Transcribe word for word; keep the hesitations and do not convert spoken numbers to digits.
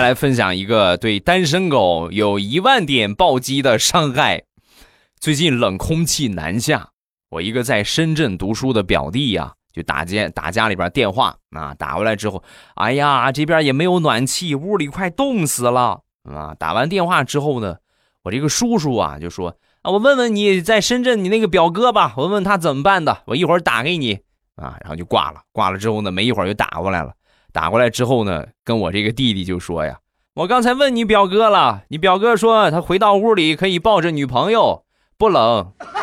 来分享一个对单身狗有一万点暴击的伤害。最近冷空气南下，我一个在深圳读书的表弟呀、啊，就打接打家里边电话啊，打过来之后，哎呀，这边也没有暖气，屋里快冻死了啊！打完电话之后呢，我这个叔叔啊就说啊，我问问你在深圳你那个表哥吧，我问问他怎么办的，我一会儿打给你啊，然后就挂了。挂了之后呢，没一会儿就打过来了。打过来之后呢，跟我这个弟弟就说呀，我刚才问你表哥了，你表哥说他回到屋里可以抱着女朋友，不冷。